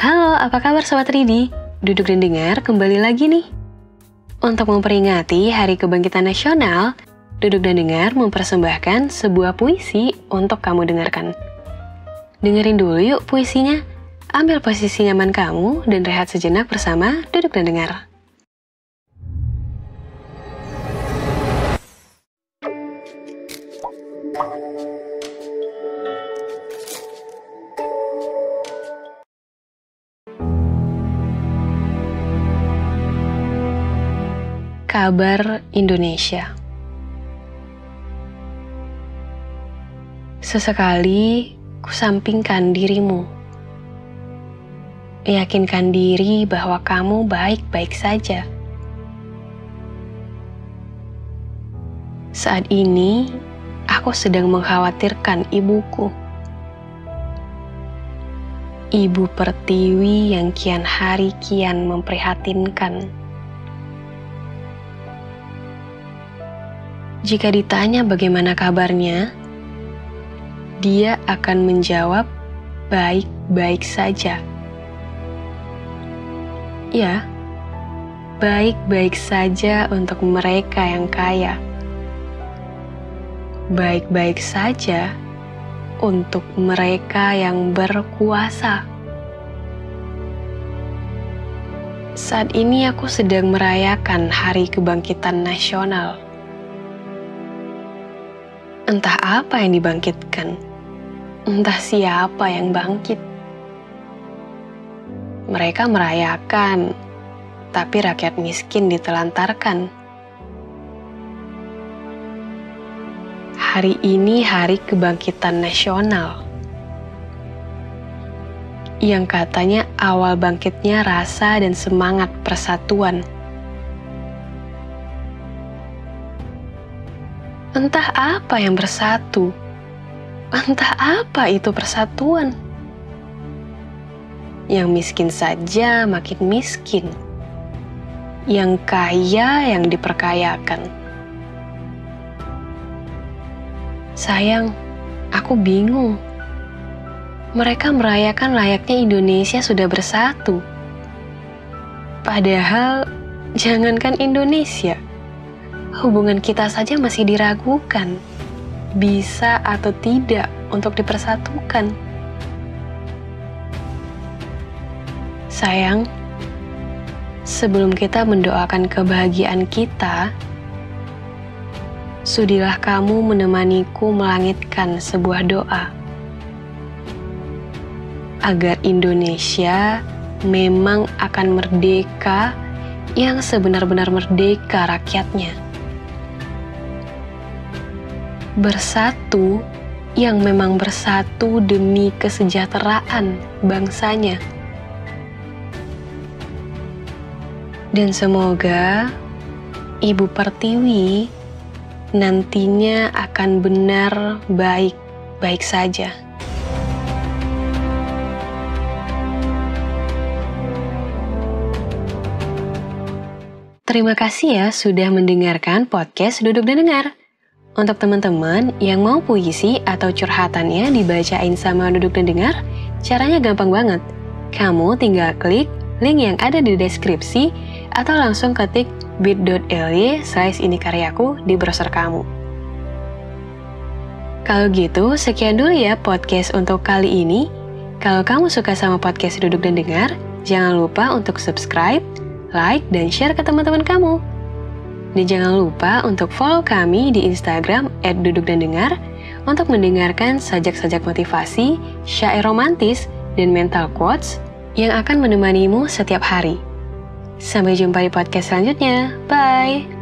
Halo, apa kabar Sobat Ridi? Duduk dan dengar kembali lagi nih. Untuk memperingati Hari Kebangkitan Nasional, Duduk dan Dengar mempersembahkan sebuah puisi untuk kamu dengarkan. Dengerin dulu yuk puisinya. Ambil posisi nyaman kamu dan rehat sejenak bersama Duduk dan Dengar. Kabar Indonesia. Sesekali kusampingkan dirimu. Yakinkan diri bahwa kamu baik-baik saja. Saat ini, aku sedang mengkhawatirkan ibuku. Ibu Pertiwi yang kian hari kian memprihatinkan. Jika ditanya bagaimana kabarnya, dia akan menjawab baik-baik saja. Ya, baik-baik saja untuk mereka yang kaya. Baik-baik saja untuk mereka yang berkuasa. Saat ini aku sedang merayakan Hari Kebangkitan Nasional. Entah apa yang dibangkitkan, entah siapa yang bangkit. Mereka merayakan, tapi rakyat miskin ditelantarkan. Hari ini Hari Kebangkitan Nasional, yang katanya awal bangkitnya rasa dan semangat persatuan. Entah apa yang bersatu, entah apa itu persatuan. Yang miskin saja makin miskin, yang kaya yang diperkayakan. Sayang, aku bingung. Mereka merayakan layaknya Indonesia sudah bersatu. Padahal, jangankan Indonesia, hubungan kita saja masih diragukan, bisa atau tidak untuk dipersatukan. Sayang, sebelum kita mendoakan kebahagiaan kita, sudilah kamu menemaniku melangitkan sebuah doa. Agar Indonesia memang akan merdeka yang sebenar-benar merdeka rakyatnya. Bersatu yang memang bersatu demi kesejahteraan bangsanya. Dan semoga Ibu Pertiwi nantinya akan benar baik-baik saja. Terima kasih ya sudah mendengarkan podcast Duduk dan Dengar. Untuk teman-teman yang mau puisi atau curhatannya dibacain sama Duduk dan Dengar, caranya gampang banget. Kamu tinggal klik link yang ada di deskripsi atau langsung ketik bit.ly/inikaryaku di browser kamu. Kalau gitu, sekian dulu ya podcast untuk kali ini. Kalau kamu suka sama podcast Duduk dan Dengar, jangan lupa untuk subscribe, like, dan share ke teman-teman kamu. Dan jangan lupa untuk follow kami di Instagram @dudukdandengar untuk mendengarkan sajak-sajak motivasi, syair romantis, dan mental quotes yang akan menemanimu setiap hari. Sampai jumpa di podcast selanjutnya. Bye!